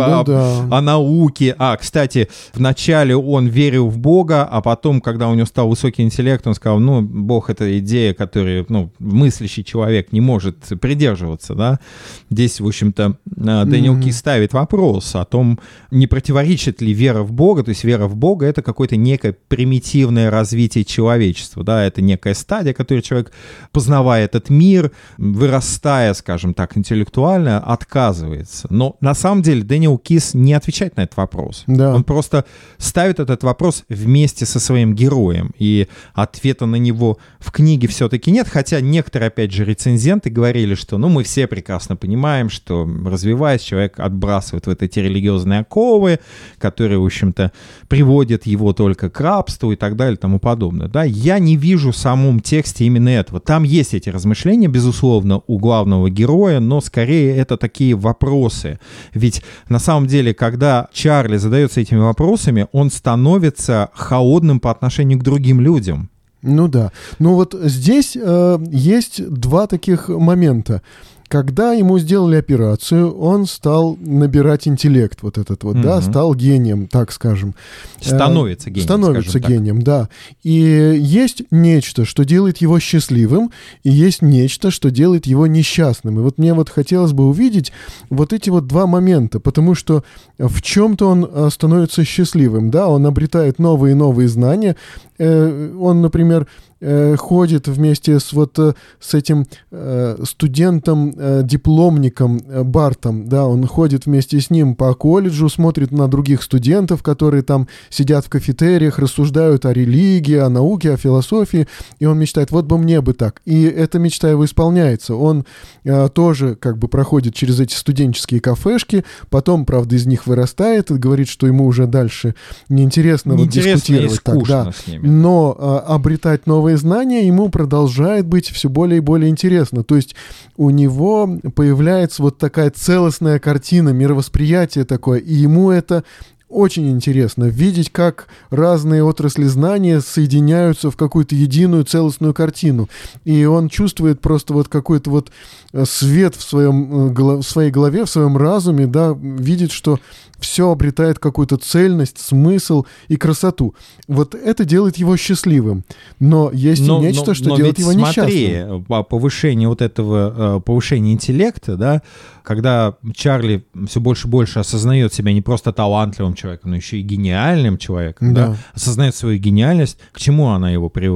о науке. Кстати, вначале он верил в Бога, а потом, когда у него стал высокий интеллект, он сказал, ну, Бог — это идея, которой, ну, мыслящий человек не может придерживаться, да. Здесь, в общем-то, Дэниел Кис ставит вопрос о том, не противоречит ли вера в Бога, то есть вера в Бога — это какое-то некое примитивное развитие человечества, да, это некая стадия, которой человек, познавая этот мир, вырастая, скажем так, интеллектуально, отказывается. Но на самом деле Дэниел Кис не отвечает на этот вопрос. Да. Он просто ставит этот вопрос вместе со своим героем, и ответа на него в книге все-таки нет, хотя некоторые, опять же, рецензенты говорили, что, ну, мы все прекрасно понимаем, что, развиваясь, человек отбрасывает вот эти религиозные оковы, которые, в общем-то, приводят его только к рабству и так далее и тому подобное. Да? Я не вижу в самом тексте именно этого. Там есть эти размышления, безусловно, у главного героя, но скорее это такие вопросы. Ведь на самом деле, когда Чарли задается этими вопросами, он становится холодным по отношению к другим людям. Ну да. Ну вот здесь есть два таких момента. Когда ему сделали операцию, он стал набирать интеллект вот этот вот, да, стал гением, так скажем. Становится гением, Становится гением, да. И есть нечто, что делает его счастливым, и есть нечто, что делает его несчастным. И вот мне вот хотелось бы увидеть вот эти вот два момента, потому что в чем-то он становится счастливым, да, он обретает новые и новые знания. Он, например, ходит вместе с вот с этим студентом-дипломником Бартом, да, он ходит вместе с ним по колледжу, смотрит на других студентов, которые там сидят в кафетериях, рассуждают о религии, о науке, о философии, и он мечтает, вот бы мне бы так. И эта мечта его исполняется. Он тоже как бы проходит через эти студенческие кафешки, потом, правда, из них вырастает и говорит, что ему уже дальше неинтересно вот дискутировать. Так, да. С ними. Но обретать новые знания ему продолжает быть все более и более интересно. То есть у него появляется вот такая целостная картина, мировосприятие такое, и ему это очень интересно видеть, как разные отрасли знания соединяются в какую-то единую целостную картину. И он чувствует просто вот какой-то вот свет в своей голове, в своем разуме, да, видит, что все обретает какую-то цельность, смысл и красоту. Вот это делает его счастливым. Но есть и нечто, что делает его несчастным. Смотри, повышение вот этого, повышение интеллекта, да, когда Чарли все больше и больше осознает себя не просто талантливым человеком, но еще и гениальным человеком, да, осознает свою гениальность, к чему она его приводит?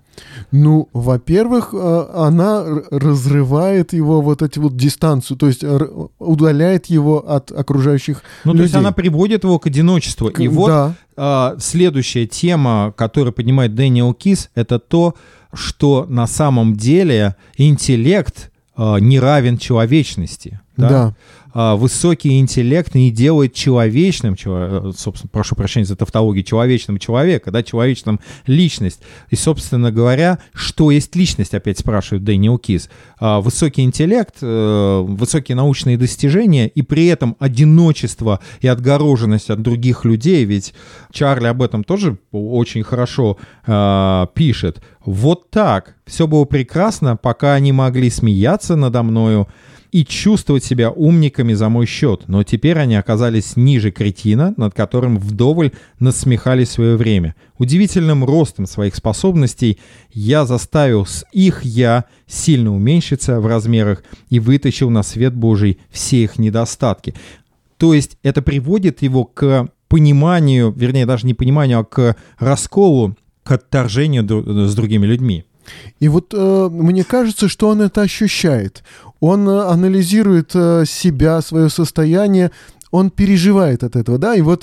Ну, во-первых, она разрывает его вот эти вот дистанцию, то есть удаляет его от окружающих людей. То есть она приводит его к одиночеству. И вот да. Следующая тема, которую поднимает Дэниел Кис, это то, что на самом деле интеллект не равен человечности. Да. Высокий интеллект не делает человечным, собственно, прошу прощения за тавтологию, человечным человека, да, человечным личность. И, собственно говоря, что есть личность, опять спрашивает Дэниел Кис. Высокий интеллект, высокие научные достижения и при этом одиночество и отгороженность от других людей, ведь Чарли об этом тоже очень хорошо пишет. Вот так. Все было прекрасно, пока они могли смеяться надо мною и чувствовать себя умниками за мой счет, но теперь они оказались ниже кретина, над которым вдоволь насмехались в свое время. Удивительным ростом своих способностей я заставил их «я» сильно уменьшиться в размерах и вытащил на свет Божий все их недостатки. То есть это приводит его к пониманию, вернее, даже не пониманию, а к расколу, к отторжению с другими людьми. И вот мне кажется, что он это ощущает. Он анализирует себя, свое состояние, он переживает от этого, да, и вот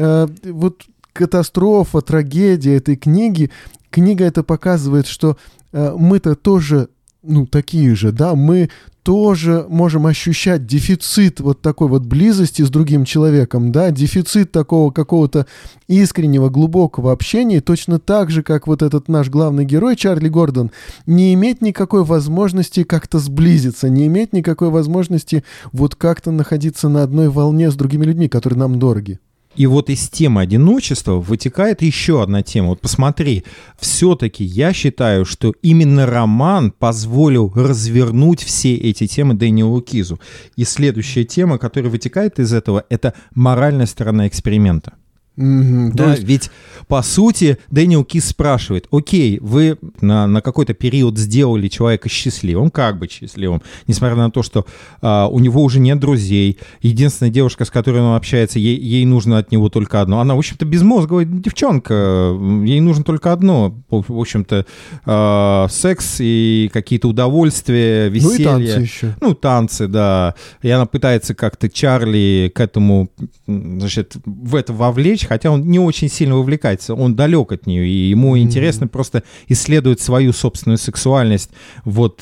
катастрофа, трагедия этой книга это показывает, что мы-то тоже, такие же, да, мы тоже можем ощущать дефицит вот такой вот близости с другим человеком, да, дефицит такого какого-то искреннего, глубокого общения, точно так же, как вот этот наш главный герой Чарли Гордон, не иметь никакой возможности как-то сблизиться, не иметь никакой возможности вот как-то находиться на одной волне с другими людьми, которые нам дороги. И вот из темы одиночества вытекает еще одна тема. Вот посмотри, все-таки я считаю, что именно роман позволил развернуть все эти темы Дэниелу Кизу. И следующая тема, которая вытекает из этого, это моральная сторона эксперимента. Да, ведь, по сути, Дэниел Кис спрашивает: окей, вы на какой-то период сделали человека счастливым, как бы счастливым, несмотря на то, что у него уже нет друзей, единственная девушка, с которой он общается, ей нужно от него только одно. Она, в общем-то, безмозговая девчонка, ей нужно только одно, в общем-то, секс и какие-то удовольствия, веселье. Ну и танцы еще. Танцы, да. И она пытается как-то Чарли к этому, значит, в это вовлечь, хотя он не очень сильно вовлекается, он далек от нее, и ему интересно просто исследовать свою собственную сексуальность вот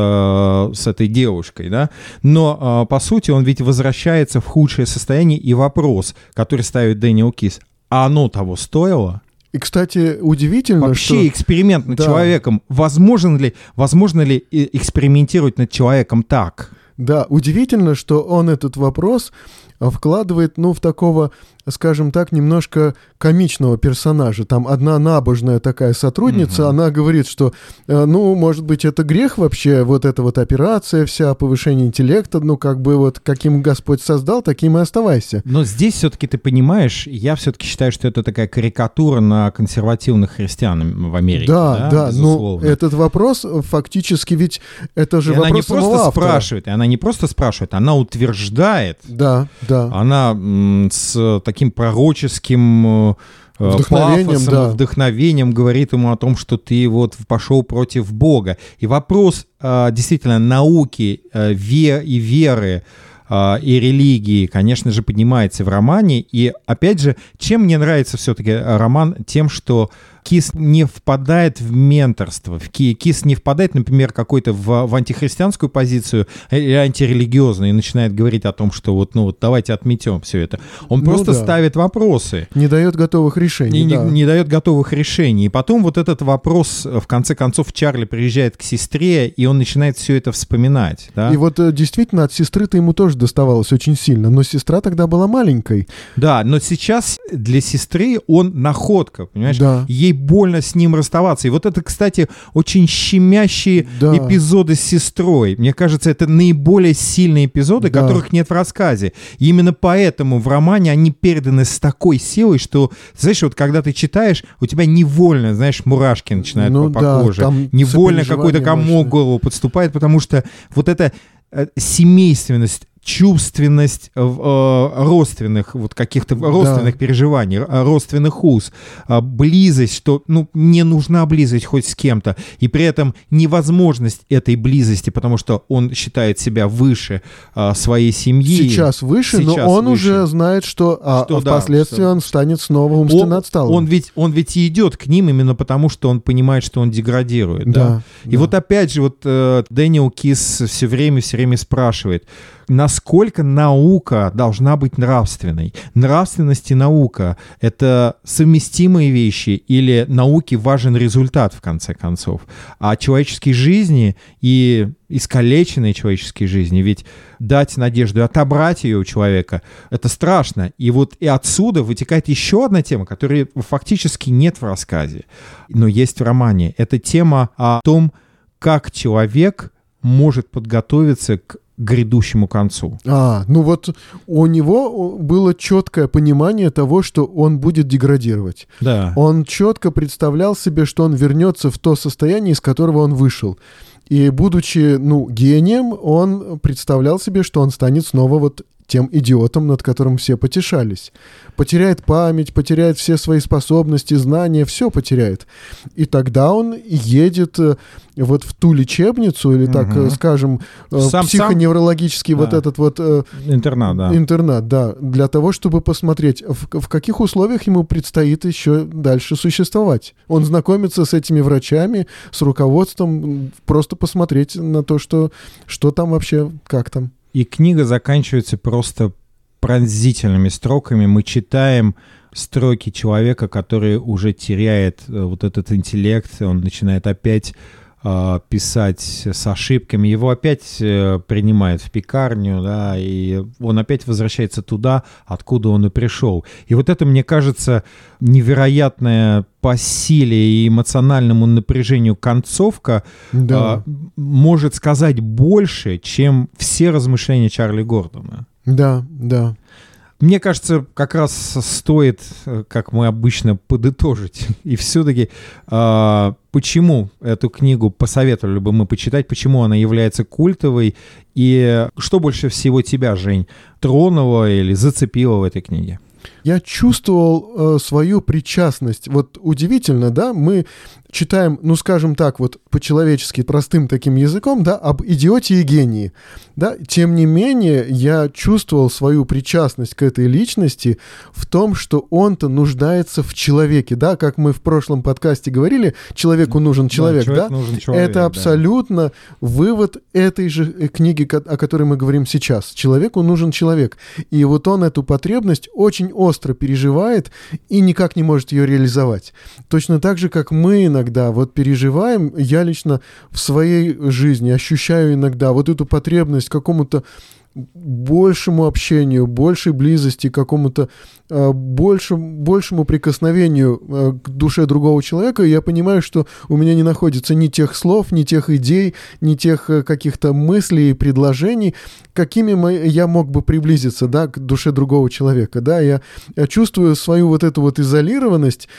с этой девушкой, да. Но, по сути, он ведь возвращается в худшее состояние, и вопрос, который ставит Дэниел Кис: а оно того стоило? И, кстати, удивительно, вообще что... эксперимент над человеком, возможно ли экспериментировать над человеком так? Да, удивительно, что он этот вопрос вкладывает, в такого, скажем так, немножко комичного персонажа. Там одна набожная такая сотрудница, она говорит, что, может быть, это грех вообще, вот эта вот операция вся, повышение интеллекта, каким Господь создал, таким и оставайся. Но здесь все-таки ты понимаешь, я все-таки считаю, что это такая карикатура на консервативных христиан в Америке. Да, безусловно. Этот вопрос фактически, ведь это же вопрос самого автора. Она не просто спрашивает, она утверждает. Да. Она с таким пророческим вдохновением говорит ему о том, что ты вот пошел против Бога. И вопрос действительно науки, веры и религии, конечно же, поднимается в романе. И, опять же, чем мне нравится все-таки роман? Тем, что Кис не впадает в менторство. Кис не впадает, например, какой-то в антихристианскую позицию или антирелигиозную и начинает говорить о том, что давайте отметем все это. Он просто ставит вопросы. Не дает готовых решений. Не дает готовых решений. И потом вот этот вопрос, в конце концов, Чарли приезжает к сестре, и он начинает все это вспоминать. Да? И вот действительно от сестры-то ему тоже доставалось очень сильно, но сестра тогда была маленькой. Да, но сейчас для сестры он находка, понимаешь? Да. Ей больно с ним расставаться. И вот это, кстати, очень щемящие эпизоды с сестрой. Мне кажется, это наиболее сильные эпизоды, которых нет в рассказе. И именно поэтому в романе они переданы с такой силой, что, знаешь, вот когда ты читаешь, у тебя невольно, знаешь, мурашки начинают по коже. Невольно какой-то комок в голову подступает, потому что вот эта семейственность чувственность родственных, вот каких-то родственных переживаний, родственных уз, близость, что, не нужна близость хоть с кем-то, и при этом невозможность этой близости, потому что он считает себя выше своей семьи. Сейчас выше, но он уже знает, что впоследствии он станет снова умственно отсталым. Он ведь и идет к ним именно потому, что он понимает, что он деградирует. Да? И вот опять же, Дэниел Кис все время спрашивает, насколько наука должна быть нравственной? Нравственность и наука — это совместимые вещи или науке важен результат, в конце концов? А человеческой жизни и искалеченной человеческой жизни, ведь дать надежду и отобрать ее у человека — это страшно. И отсюда вытекает еще одна тема, которой фактически нет в рассказе, но есть в романе. Это тема о том, как человек может подготовиться к грядущему концу. У него было четкое понимание того, что он будет деградировать. Да. Он четко представлял себе, что он вернется в то состояние, из которого он вышел. И, будучи, гением, он представлял себе, что он станет снова тем идиотом, над которым все потешались. Потеряет память, потеряет все свои способности, знания, все потеряет. И тогда он едет в ту лечебницу, или, так скажем, психоневрологический интернат, да, для того, чтобы посмотреть, в каких условиях ему предстоит еще дальше существовать. Он знакомится с этими врачами, с руководством, просто посмотреть на то, что там вообще, как там. И книга заканчивается просто пронзительными строками. Мы читаем строки человека, который уже теряет этот интеллект, он начинает опять писать с ошибками, его опять принимают в пекарню, да, и он опять возвращается туда, откуда он и пришел. И это, мне кажется, невероятная по силе и эмоциональному напряжению концовка может сказать больше, чем все размышления Чарли Гордона. Да, да. Мне кажется, как раз стоит, как мы обычно, подытожить. И все-таки почему эту книгу посоветовали бы мы почитать, почему она является культовой, и что больше всего тебя, Жень, тронуло или зацепило в этой книге? Я чувствовал свою причастность. Удивительно, да, мы читаем, скажем так, по-человечески простым таким языком, да, об идиоте и гении, да, тем не менее я чувствовал свою причастность к этой личности в том, что он-то нуждается в человеке, да, как мы в прошлом подкасте говорили, человеку нужен человек, да, нужен человек, это абсолютно вывод этой же книги, о которой мы говорим сейчас. Человеку нужен человек, и он эту потребность очень остро переживает и никак не может ее реализовать. Точно так же, как мы иногда переживаем, я лично в своей жизни ощущаю иногда эту потребность к какому-то большему общению, большей близости, какому-то большему прикосновению к душе другого человека, и я понимаю, что у меня не находится ни тех слов, ни тех идей, ни тех каких-то мыслей и предложений, какими я мог бы приблизиться, да, к душе другого человека, да, я чувствую свою эту изолированность,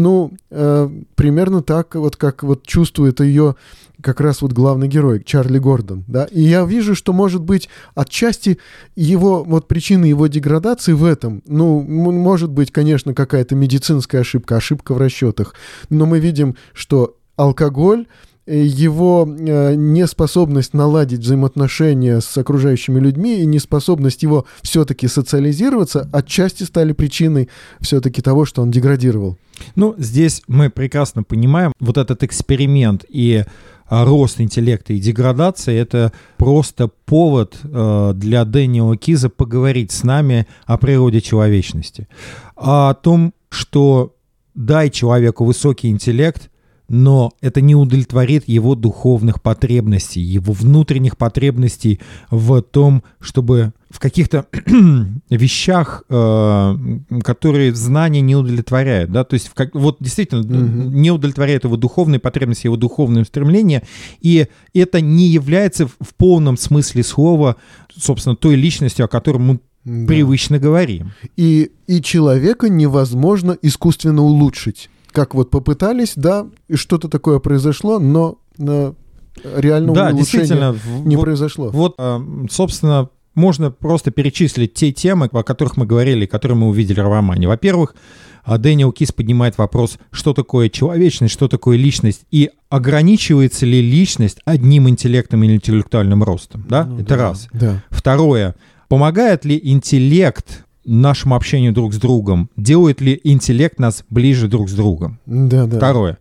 примерно так, как чувствует ее как раз главный герой, Чарли Гордон, да, и я вижу, что, может быть, отчасти его, причина его деградации в этом, может быть, конечно, какая-то медицинская ошибка в расчетах, но мы видим, что алкоголь, его неспособность наладить взаимоотношения с окружающими людьми и неспособность его все-таки социализироваться отчасти стали причиной все-таки того, что он деградировал. Здесь мы прекрасно понимаем этот эксперимент и рост интеллекта и деградация — это просто повод для Дэниела Киза поговорить с нами о природе человечности. О том, что дай человеку высокий интеллект, но это не удовлетворит его духовных потребностей, его внутренних потребностей в том, чтобы в каких-то вещах, которые знания не удовлетворяют, да, то есть действительно не удовлетворяет его духовные потребности, его духовные устремления, и это не является в полном смысле слова, собственно, той личностью, о которой мы привычно говорим. И человека невозможно искусственно улучшить. Как попытались, да, и что-то такое произошло, но реального улучшения не произошло. Собственно, можно просто перечислить те темы, о которых мы говорили, которые мы увидели в романе. Во-первых, Дэниел Кис поднимает вопрос, что такое человечность, что такое личность, и ограничивается ли личность одним интеллектом или интеллектуальным ростом. Да? Ну, это да, раз. Да. Второе. Помогает ли интеллект нашему общению друг с другом? Делает ли интеллект нас ближе друг с другом? Да. Второе.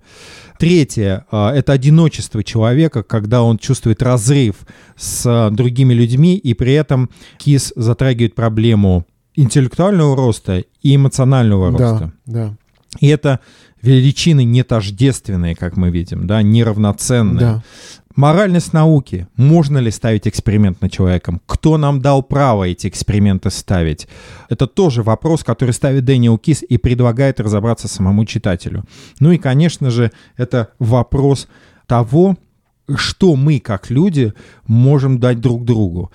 Третье – это одиночество человека, когда он чувствует разрыв с другими людьми, и при этом Кис затрагивает проблему интеллектуального роста и эмоционального роста. Да. И это величины не тождественные, как мы видим, да, неравноценные. Да. Моральность науки. Можно ли ставить эксперимент над человеком? Кто нам дал право эти эксперименты ставить? Это тоже вопрос, который ставит Дэниел Кис и предлагает разобраться самому читателю. Ну и, конечно же, это вопрос того, что мы, как люди, можем дать друг другу.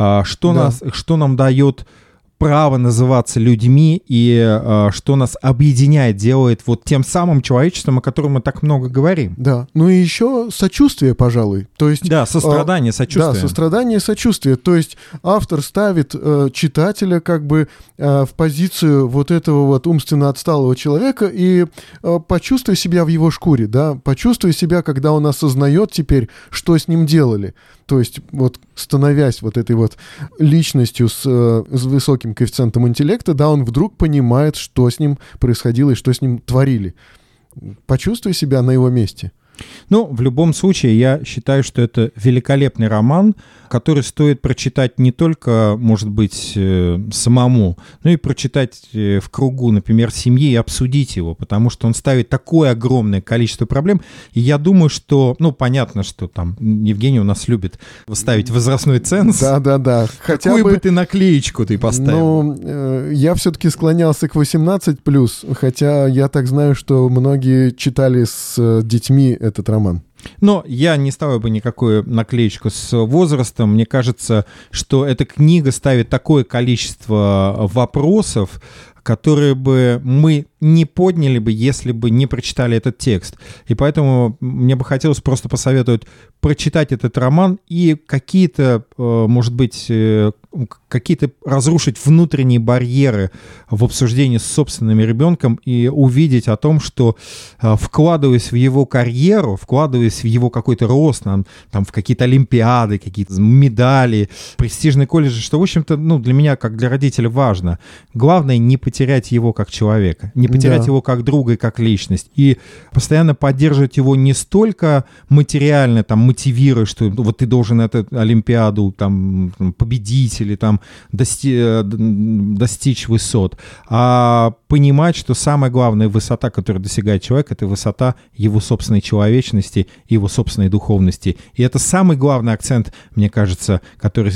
Что нам дает право называться людьми и что нас объединяет, делает вот тем самым человечеством, о котором мы так много говорим. Да, ну и еще сочувствие, пожалуй. То есть, да, сострадание, сочувствие. Да, сострадание, сочувствие. То есть автор ставит читателя как бы в позицию вот этого вот умственно отсталого человека и почувствуй себя в его шкуре, да, почувствуй себя, когда он осознает теперь, что с ним делали. То есть вот становясь вот этой вот личностью с высоким коэффициентом интеллекта, да, он вдруг понимает, что с ним происходило и что с ним творили. Почувствуй себя на его месте. Ну, в любом случае, я считаю, что это великолепный роман, который стоит прочитать не только, может быть, самому, но и прочитать в кругу, например, семьи и обсудить его, потому что он ставит такое огромное количество проблем. И я думаю, что, ну, понятно, что там Евгений у нас любит ставить возрастной ценз. Да. Какую бы ты наклеечку ты поставил? Ну, я все-таки склонялся к 18+, хотя я так знаю, что многие читали с детьми этот роман. Но я не ставил бы никакую наклеечку с возрастом. Мне кажется, что эта книга ставит такое количество вопросов, которые бы мы не подняли бы, если бы не прочитали этот текст. И поэтому мне бы хотелось просто посоветовать прочитать этот роман и какие-то, может быть, какие-то разрушить внутренние барьеры в обсуждении с собственным ребенком и увидеть о том, что вкладываясь в его карьеру, вкладываясь в его какой-то рост, там, в какие-то олимпиады, какие-то медали, престижные колледжи, что, в общем-то, ну, для меня, как для родителя, важно. Главное, не потерять его как человека, не потерять его как друга и как личность. И постоянно поддерживать его не столько материально, там, мотивируя, что вот ты должен эту олимпиаду там, победить или там достичь высот, а понимать, что самая главная высота, которую достигает человек, это высота его собственной человечности и его собственной духовности. И это самый главный акцент, мне кажется, который,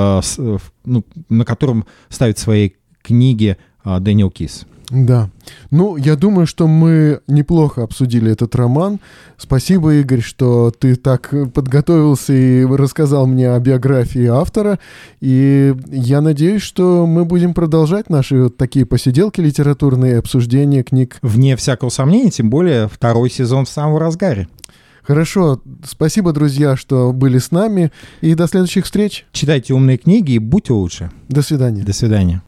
на котором ставит в своей книге Дэниел Кис. Да. Ну, я думаю, что мы неплохо обсудили этот роман. Спасибо, Игорь, что ты так подготовился и рассказал мне о биографии автора. И я надеюсь, что мы будем продолжать наши вот такие посиделки литературные, обсуждения книг. Вне всякого сомнения, тем более второй сезон в самом разгаре. Хорошо. Спасибо, друзья, что были с нами. И до следующих встреч. Читайте умные книги и будьте лучше. До свидания. До свидания.